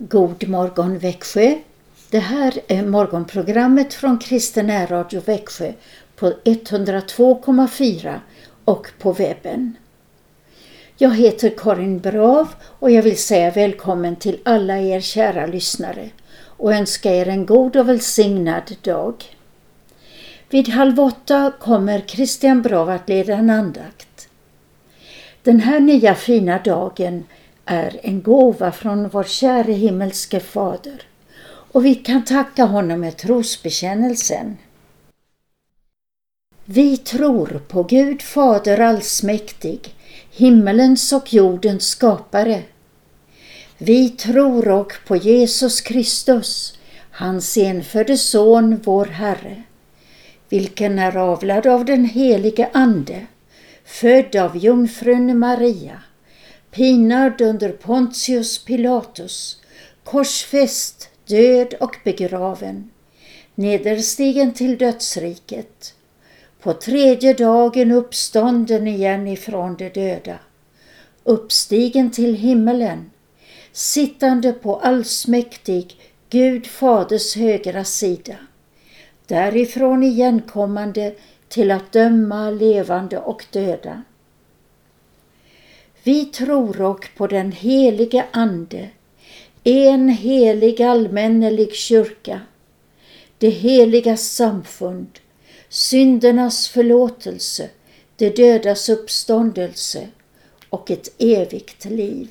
God morgon Växjö. Det här är morgonprogrammet från Kristen närradio Växjö på 102,4 och på webben. Jag heter Karin Brav och jag vill säga välkommen till alla er kära lyssnare och önska er en god och välsignad dag. Vid 7:30 kommer Christian Brav att leda en andakt. Den här nya fina dagen är en gåva från vår käre himmelske fader och vi kan tacka honom med trosbekännelsen. Vi tror på Gud Fader allsmäktig, himmelens och jordens skapare. Vi tror och på Jesus Kristus, hans enfödde son, vår Herre, vilken är avlad av den helige Ande, född av jungfrun Maria, pinad under Pontius Pilatus, korsfäst, död och begraven, nederstigen till dödsriket, på tredje dagen uppstånden igen ifrån de döda, uppstigen till himmelen, sittande på allsmäktig Gud Faders högra sida, därifrån igenkommande till att döma levande och döda. Vi tror och på den helige Ande, en helig allmännelig kyrka, det heliga samfund, syndernas förlåtelse, det dödas uppståndelse och ett evigt liv.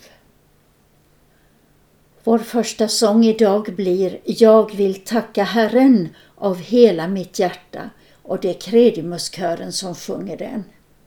Vår första sång idag blir Jag vill tacka Herren av hela mitt hjärta, och det är Credimuskören som sjunger den.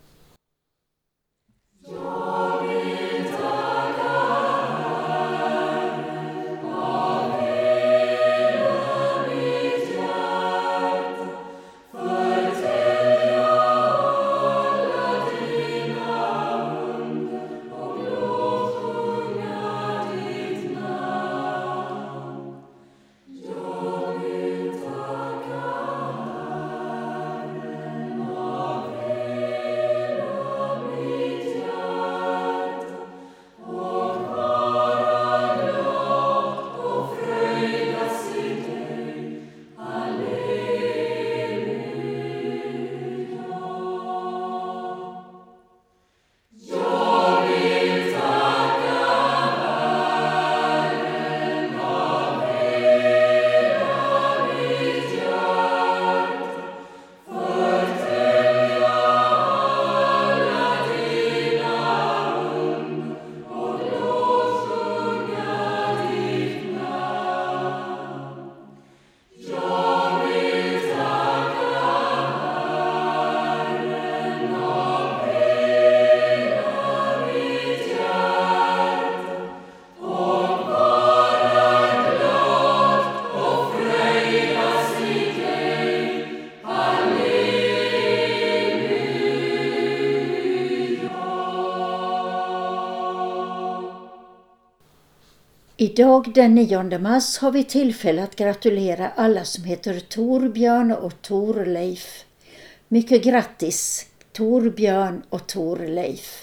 Idag den 9 mars har vi tillfälle att gratulera alla som heter Torbjörn och Torleif. Mycket grattis Torbjörn och Torleif.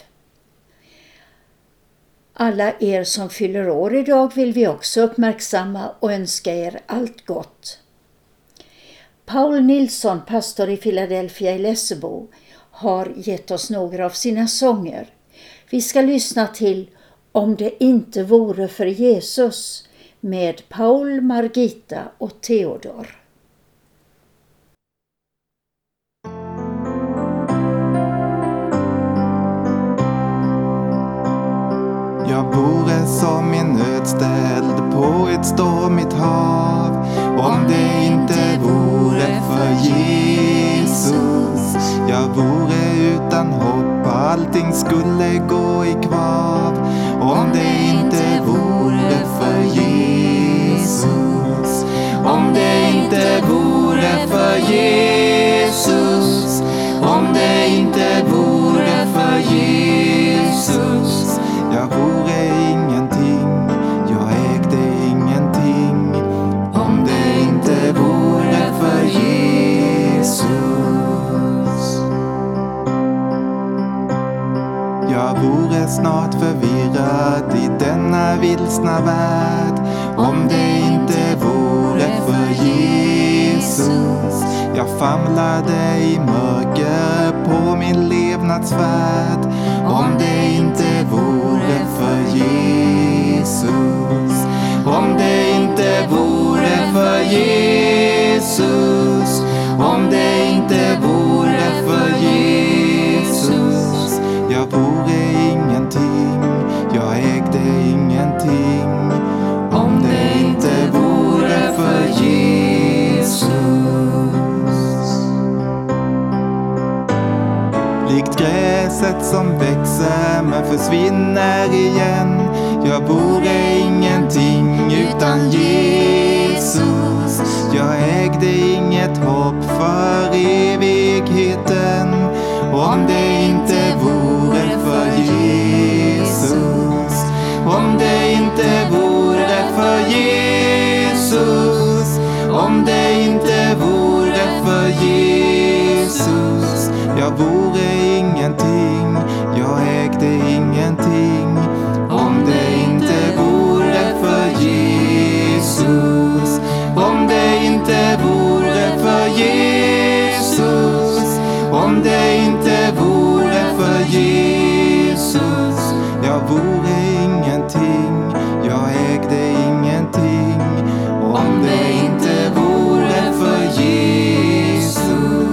Alla er som fyller år idag vill vi också uppmärksamma och önska er allt gott. Paul Nilsson, pastor i Philadelphia i Lessebo, har gett oss några av sina sånger. Vi ska lyssna till Om det inte vore för Jesus med Paul, Margita och Theodor. Jag vore som en nödställd på ett stormigt hav, om det inte vore för Jesus. Jag vore utan hopp, allting skulle gå i kvav, om det inte vore för Jesus. Om det inte vore för Jesus. Om det inte vore för Jesus. Jag vore ingenting, jag ägde ingenting, om det inte vore för Jesus. Jag vore snart förvirrad i denna vilsna värld, om det inte vore för Jesus. Jag famlade i mörker på min levnadsfärd, om det inte vore för Jesus. Om det inte vore för Jesus. Om det inte vore för Jesus. Jag vore ingenting, jag ägde ingenting. Om det inte vore för Jesus. Likt gräset som växer men försvinner igen. Jag vore ingenting utan Jesus. Jag ägde inget hopp för evigheten, om det inte vore för Jesus. Om det inte vore för Jesus. Om det inte vore för Jesus. Jag vore ingenting, jag ägde ingenting. Om det inte vore för Jesus. Om det inte vore för Jesus. Om det inte vore för Jesus. Jag vore ingenting, jag ägde ingenting. Om det inte vore för Jesus.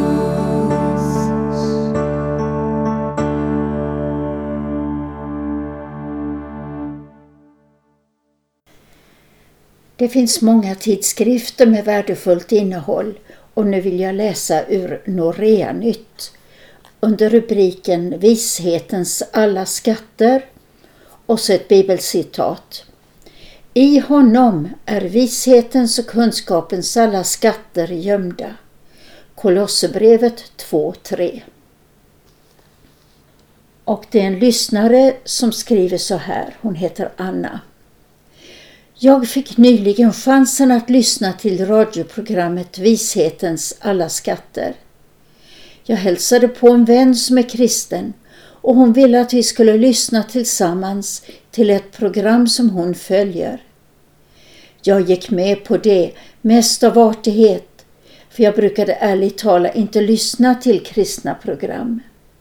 Det finns många tidskrifter med värdefullt innehåll och nu vill jag läsa ur Norea-nytt under rubriken Vishetens alla skatter och så ett bibelcitat. I honom är vishetens och kunskapens alla skatter gömda. Kolosserbrevet 2:3. Och det är en lyssnare som skriver så här, hon heter Anna. Jag fick nyligen chansen att lyssna till radioprogrammet Vishetens alla skatter. Jag hälsade på en vän som är kristen och hon ville att vi skulle lyssna tillsammans till ett program som hon följer. Jag gick med på det mest av artighet, för jag brukade ärligt tala inte lyssna till kristna program.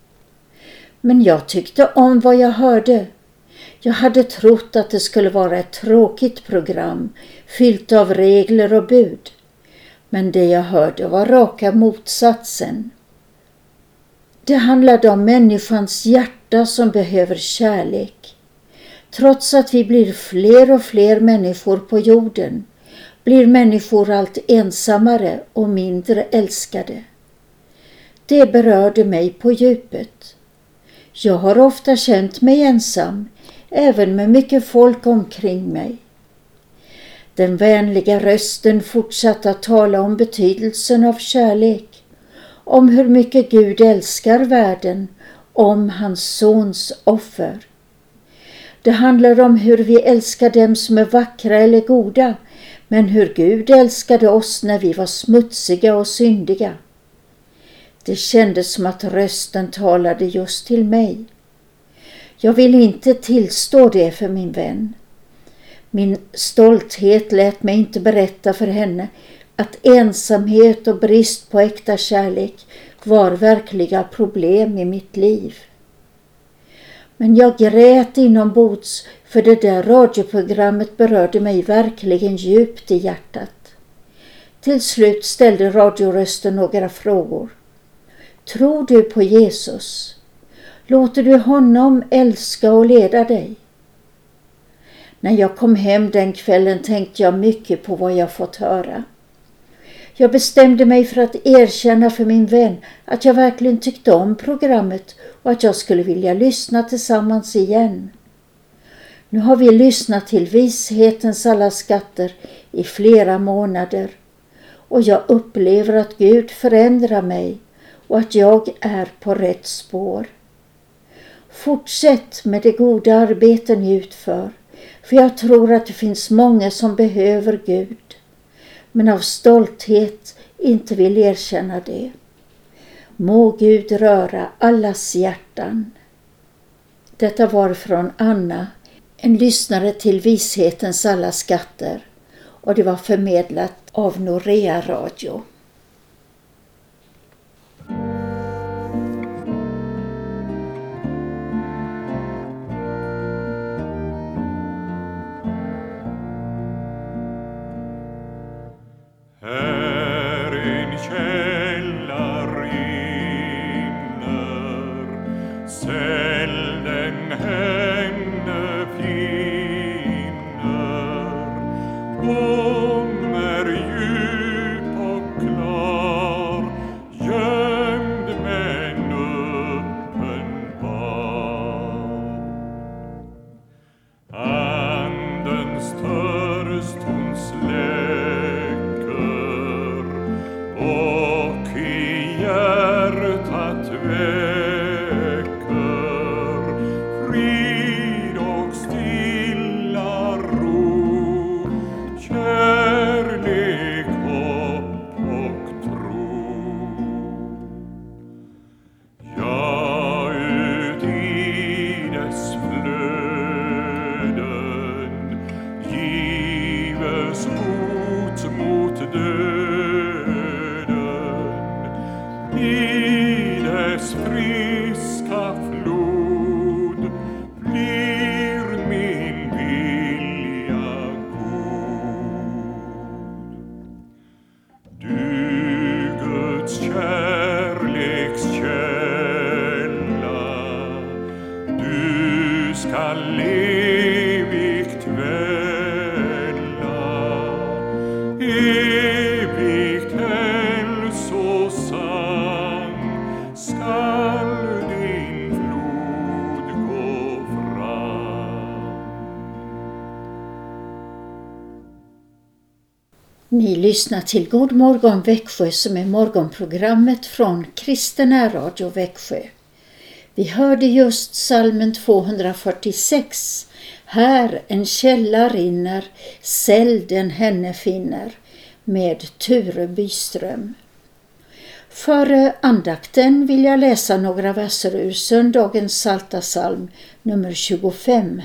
Men jag tyckte om vad jag hörde. Jag hade trott att det skulle vara ett tråkigt program, fyllt av regler och bud. Men det jag hörde var raka motsatsen. Det handlade om människans hjärta som behöver kärlek. Trots att vi blir fler och fler människor på jorden, blir människor allt ensammare och mindre älskade. Det berörde mig på djupet. Jag har ofta känt mig ensam, även med mycket folk omkring mig. Den vänliga rösten fortsatte att tala om betydelsen av kärlek, om hur mycket Gud älskar världen, om hans sons offer. Det handlar om hur vi älskar dem som är vackra eller goda, men hur Gud älskade oss när vi var smutsiga och syndiga. Det kändes som att rösten talade just till mig. Jag vill inte tillstå det för min vän. Min stolthet lät mig inte berätta för henne att ensamhet och brist på äkta kärlek var verkliga problem i mitt liv. Men jag grät inombords, för det där radioprogrammet berörde mig verkligen djupt i hjärtat. Till slut ställde radiorösten några frågor. Tror du på Jesus? Låter du honom älska och leda dig? När jag kom hem den kvällen tänkte jag mycket på vad jag fått höra. Jag bestämde mig för att erkänna för min vän att jag verkligen tyckte om programmet och att jag skulle vilja lyssna tillsammans igen. Nu har vi lyssnat till Vishetens alla skatter i flera månader och jag upplever att Gud förändrar mig och att jag är på rätt spår. Fortsätt med det goda arbete ni utför, för jag tror att det finns många som behöver Gud, men av stolthet inte vill erkänna det. Må Gud röra allas hjärtan. Detta var från Anna, en lyssnare till Vishetens alla skatter, och det var förmedlat av Norea Radio. Ni lyssnar till God morgon Växjö som är morgonprogrammet från Kristen Radio Växjö. Vi hörde just psalmen 246. Här en källa rinner, sälden henne finner, med Ture Byström. Före andakten vill jag läsa några verser ur söndagens psaltarpsalm nummer 25.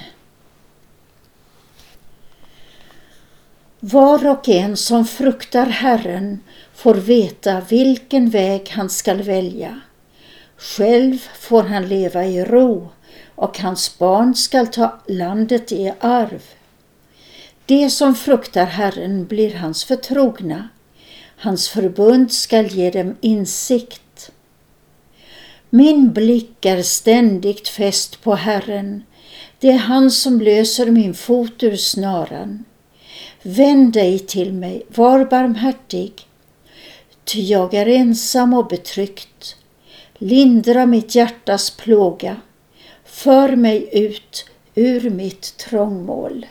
Var och en som fruktar Herren får veta vilken väg han skall välja. Själv får han leva i ro och hans barn skall ta landet i arv. Det som fruktar Herren blir hans förtrogna. Hans förbund skall ge dem insikt. Min blick är ständigt fäst på Herren. Det är han som löser min fot ur snaran. Vänd dig till mig, var barmhärtig. Ty jag är ensam och betryckt. Lindra mitt hjärtas plåga. För mig ut ur mitt trångmål.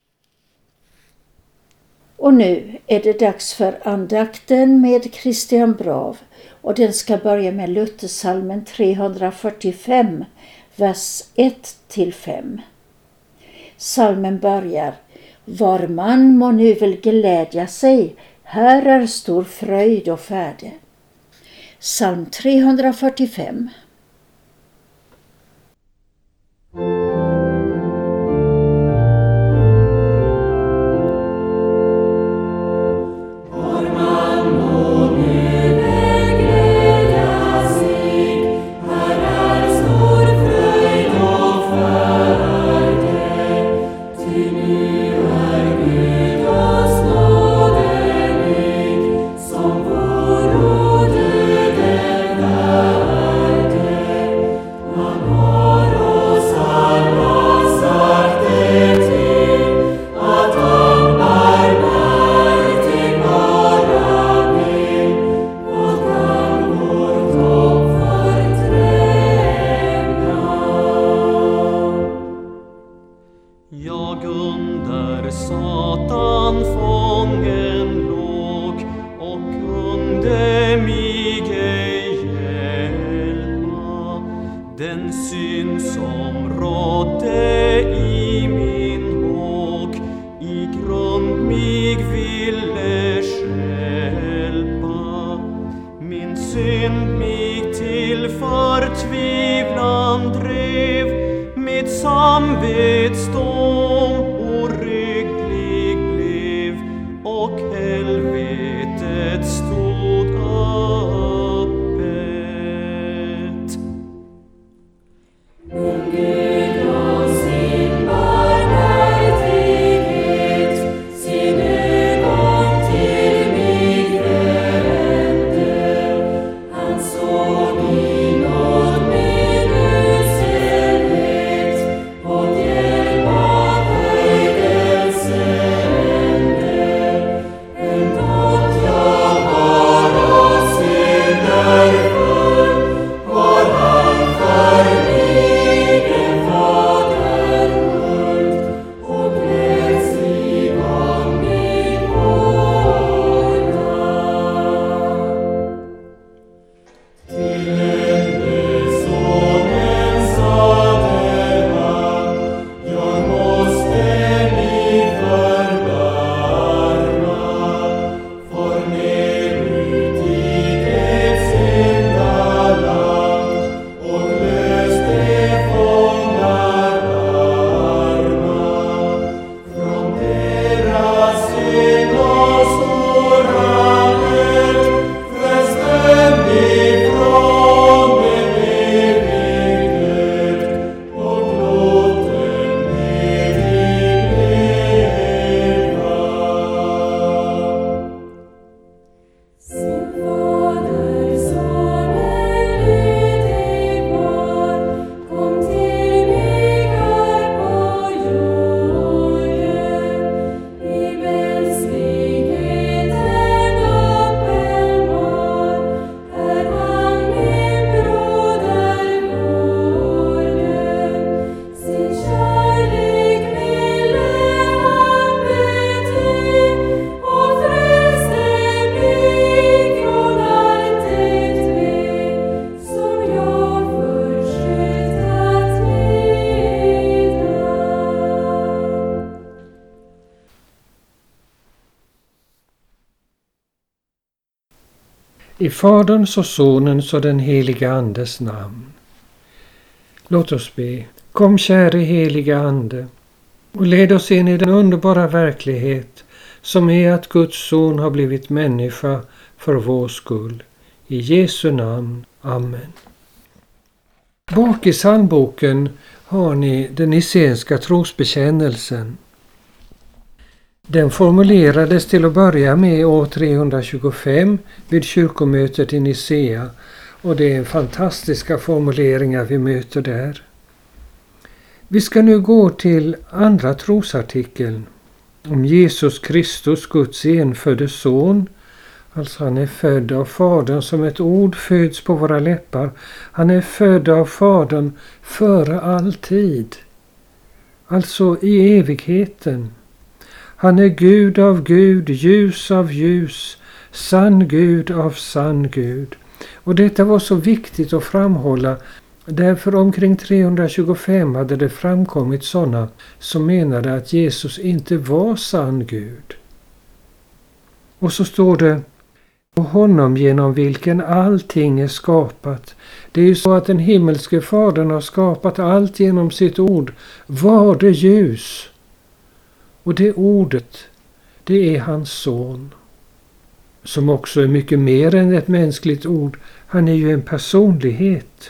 Och nu är det dags för andakten med Christian Brav. Och den ska börja med Luthersalmen 345, vers 1-5. Salmen börjar: Var man må nu väl glädja sig, här är stor fröjd och färde. Psalm 345. I Faderns och Sonens och den heliga Andes namn. Låt oss be. Kom, käre heliga Ande, och led oss in i den underbara verklighet som är att Guds son har blivit människa för vår skull. I Jesu namn. Amen. Bak i psalmboken har ni den nicénska trosbekännelsen. Den formulerades till att börja med år 325 vid kyrkomötet i Nicea, och det är fantastiska formuleringar vi möter där. Vi ska nu gå till andra trosartikeln om Jesus Kristus, Guds enfödde son. Alltså han är född av Fadern som ett ord föds på våra läppar. Han är född av Fadern före all tid. Alltså i evigheten. Han är Gud av Gud, ljus av ljus, sann Gud av sann Gud. Och detta var så viktigt att framhålla, därför omkring 325 hade det framkommit sådana som menade att Jesus inte var sann Gud. Och så står det, och honom genom vilken allting är skapat. Det är ju så att den himmelske Fadern har skapat allt genom sitt ord. Var det ljus? Och det ordet, det är hans son. Som också är mycket mer än ett mänskligt ord. Han är ju en personlighet.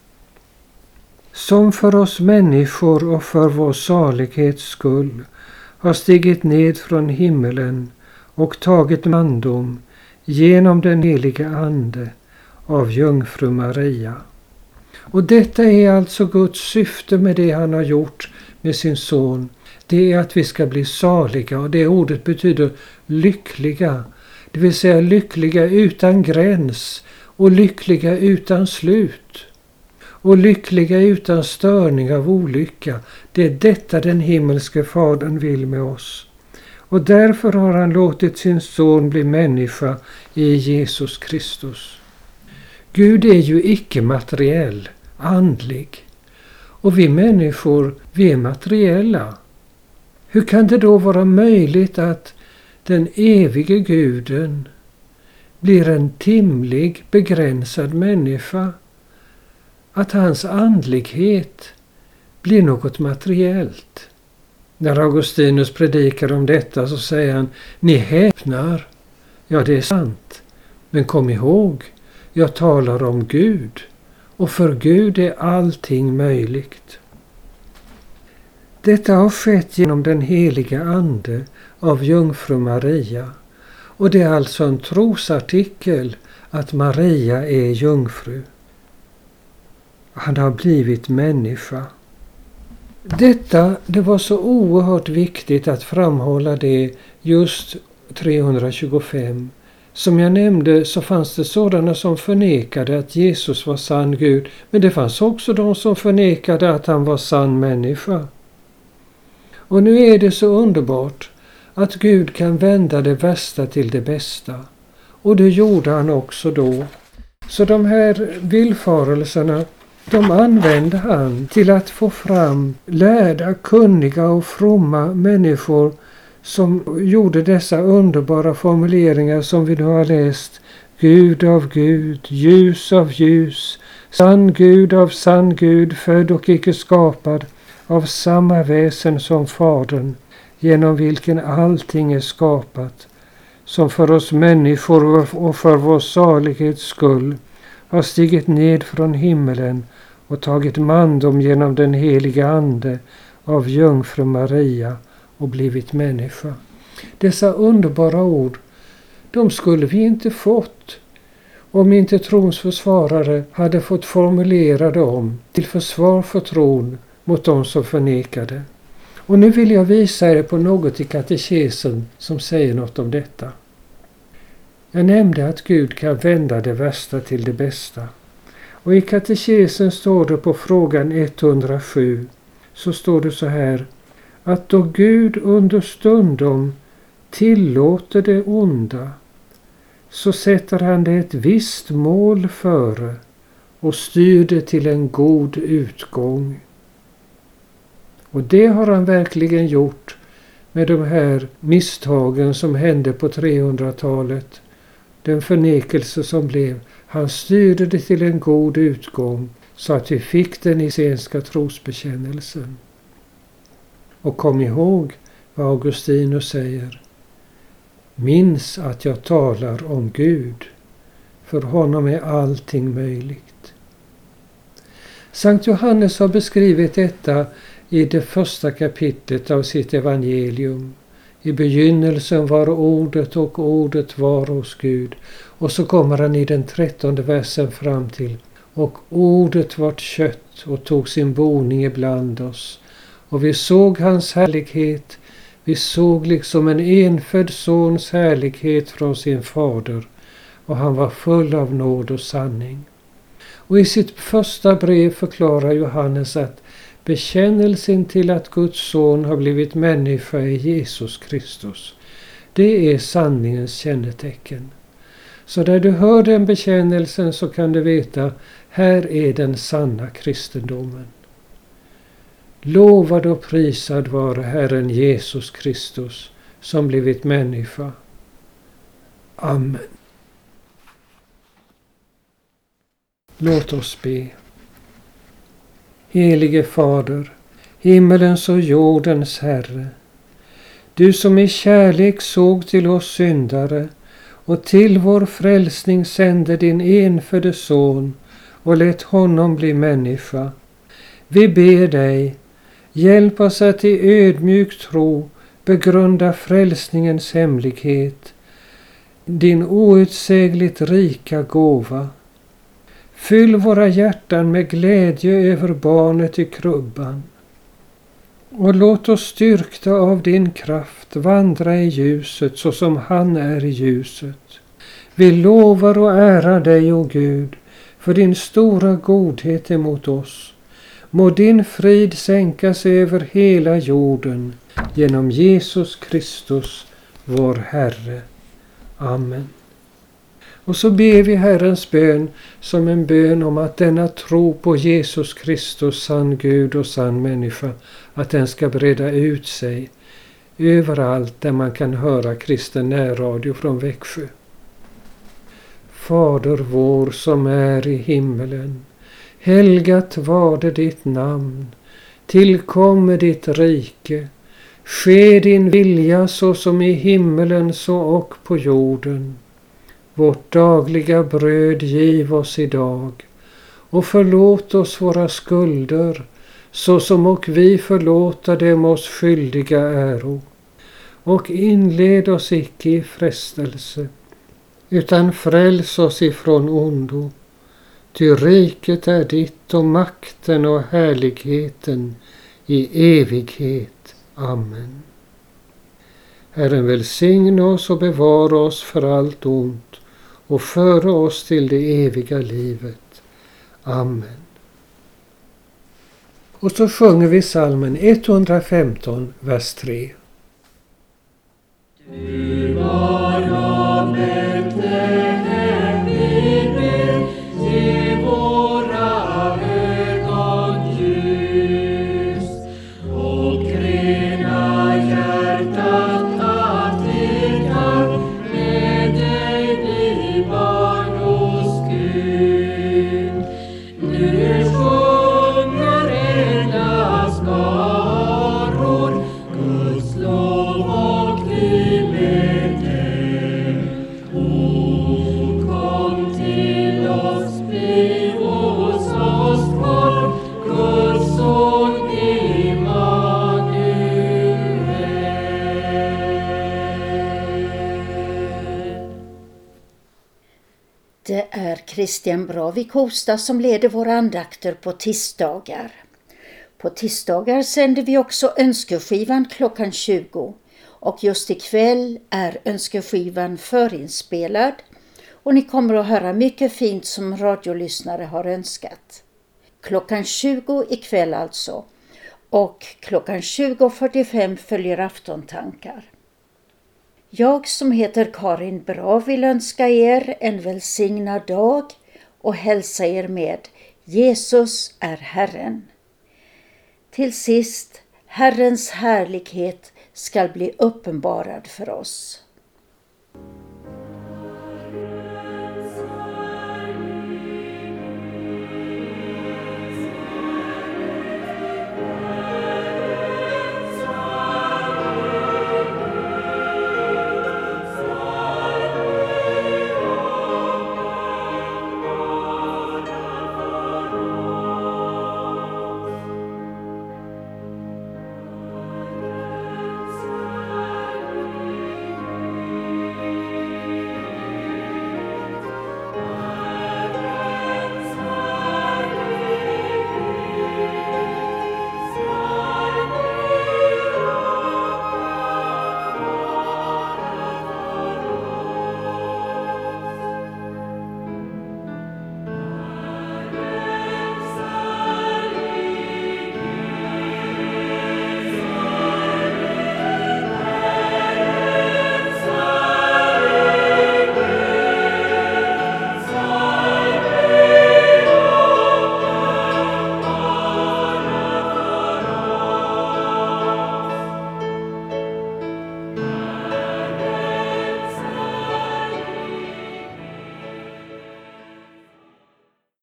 Som för oss människor och för vår salighets skull har stigit ned från himmelen och tagit mandom genom den heliga Ande av jungfru Maria. Och detta är alltså Guds syfte med det han har gjort med sin son. Det är att vi ska bli saliga, och det ordet betyder lyckliga. Det vill säga lyckliga utan gräns och lyckliga utan slut. Och lyckliga utan störning av olycka. Det är detta den himmelske Fadern vill med oss. Och därför har han låtit sin son bli människa i Jesus Kristus. Gud är ju icke materiell, andlig. Och vi människor, vi är materiella. Hur kan det då vara möjligt att den evige guden blir en timlig, begränsad människa? Att hans andlighet blir något materiellt? När Augustinus predikar om detta så säger han, ni häpnar. Ja, det är sant. Men kom ihåg, jag talar om Gud. Och för Gud är allting möjligt. Detta har skett genom den heliga Ande av jungfru Maria. Och det är alltså en trosartikel att Maria är jungfru. Han har blivit människa. Det var så oerhört viktigt att framhålla det just 325. Som jag nämnde så fanns det sådana som förnekade att Jesus var sann Gud, men det fanns också de som förnekade att han var sann människa. Och nu är det så underbart att Gud kan vända det värsta till det bästa. Och det gjorde han också då. Så de här villfarelserna, de använde han till att få fram lärda, kunniga och fromma människor som gjorde dessa underbara formuleringar som vi nu har läst. Gud av Gud, ljus av ljus, sann Gud av sann Gud, född och icke skapad, av samma väsen som Fadern, genom vilken allting är skapat, som för oss människor och för vår salighets skull har stigit ned från himmelen och tagit mandom genom den heliga Ande av jungfru Maria och blivit människa. Dessa underbara ord, de skulle vi inte fått om inte trons försvarare hade fått formulera dem till försvar för tron mot de som förnekade. Och nu vill jag visa er på något i katekesen som säger något om detta. Jag nämnde att Gud kan vända det värsta till det bästa. Och i katekesen står det på frågan 107, så står det så här, att då Gud understundom tillåter det onda, så sätter han det ett visst mål före och styr det till en god utgång. Och det har han verkligen gjort med de här misstagen som hände på 300-talet. den förnekelse som blev, han styrde det till en god utgång så att vi fick den nicénska trosbekännelsen. Och kom ihåg vad Augustinus säger. Minns att jag talar om Gud. För honom är allting möjligt. Sankt Johannes har beskrivit detta i det första kapitlet av sitt evangelium. I begynnelsen var ordet och ordet var hos Gud. Och så kommer han i den 13:e versen fram till. Och ordet vart kött och tog sin boning ibland oss. Och vi såg hans härlighet. Vi såg liksom en enfödd sons härlighet från sin fader. Och han var full av nåd och sanning. Och i sitt första brev förklarar Johannes att bekännelsen till att Guds son har blivit människa i Jesus Kristus, det är sanningens kännetecken. Så där du hör den bekännelsen så kan du veta, här är den sanna kristendomen. Lovad och prisad vare Herren Jesus Kristus som blivit människa. Amen. Låt oss be. Helige Fader, himmelens och jordens Herre, du som i kärlek såg till oss syndare och till vår frälsning sände din enfödde son och lät honom bli människa. Vi ber dig, hjälp oss att i ödmjuk tro begrunda frälsningens hemlighet, din outsägligt rika gåva. Fyll våra hjärtan med glädje över barnet i krubban. Och låt oss styrkta av din kraft vandra i ljuset så som han är i ljuset. Vi lovar och ärar dig, o Gud, för din stora godhet emot oss. Må din frid sänkas över hela jorden genom Jesus Kristus, vår Herre. Amen. Och så ber vi Herrens bön som en bön om att denna tro på Jesus Kristus, sann Gud och sann människa, att den ska breda ut sig överallt där man kan höra kristen närradio från Växjö. Fader vår som är i himmelen, helgat varde ditt namn, tillkommer ditt rike, ske din vilja så som i himmelen så och på jorden. Vårt dagliga bröd giv oss idag och förlåt oss våra skulder så som och vi förlåta dem oss skyldiga äro. Och inled oss icke i frestelse utan fräls oss ifrån ondo. Ty riket är ditt och makten och härligheten i evighet. Amen. Herren välsigne oss och bevara oss för allt ont och föra oss till det eviga livet. Amen. Och så sjunger vi psalmen 115, vers 3. Du var av Betlehem i bild, ge våra ögon ljus och rena hjärtat att vi kan med dig bli barn hos Gud. Nu sjunger änglaskaror Guds lov och vi med dig. O kom till oss, bli hos oss folk, Guds son Immanuel. Det är Christian Bravik Hosta som leder våra andakter på tisdagar. På tisdagar sänder vi också önskeskivan klockan 20. Och just ikväll är önskeskivan förinspelad. Och ni kommer att höra mycket fint som radiolyssnare har önskat. Klockan 20 ikväll alltså. Och klockan 20.45 följer aftontankar. Jag som heter Karin Bra vill önska er en välsignad dag och hälsa er med Jesus är Herren. Till sist, Herrens härlighet ska bli uppenbarad för oss.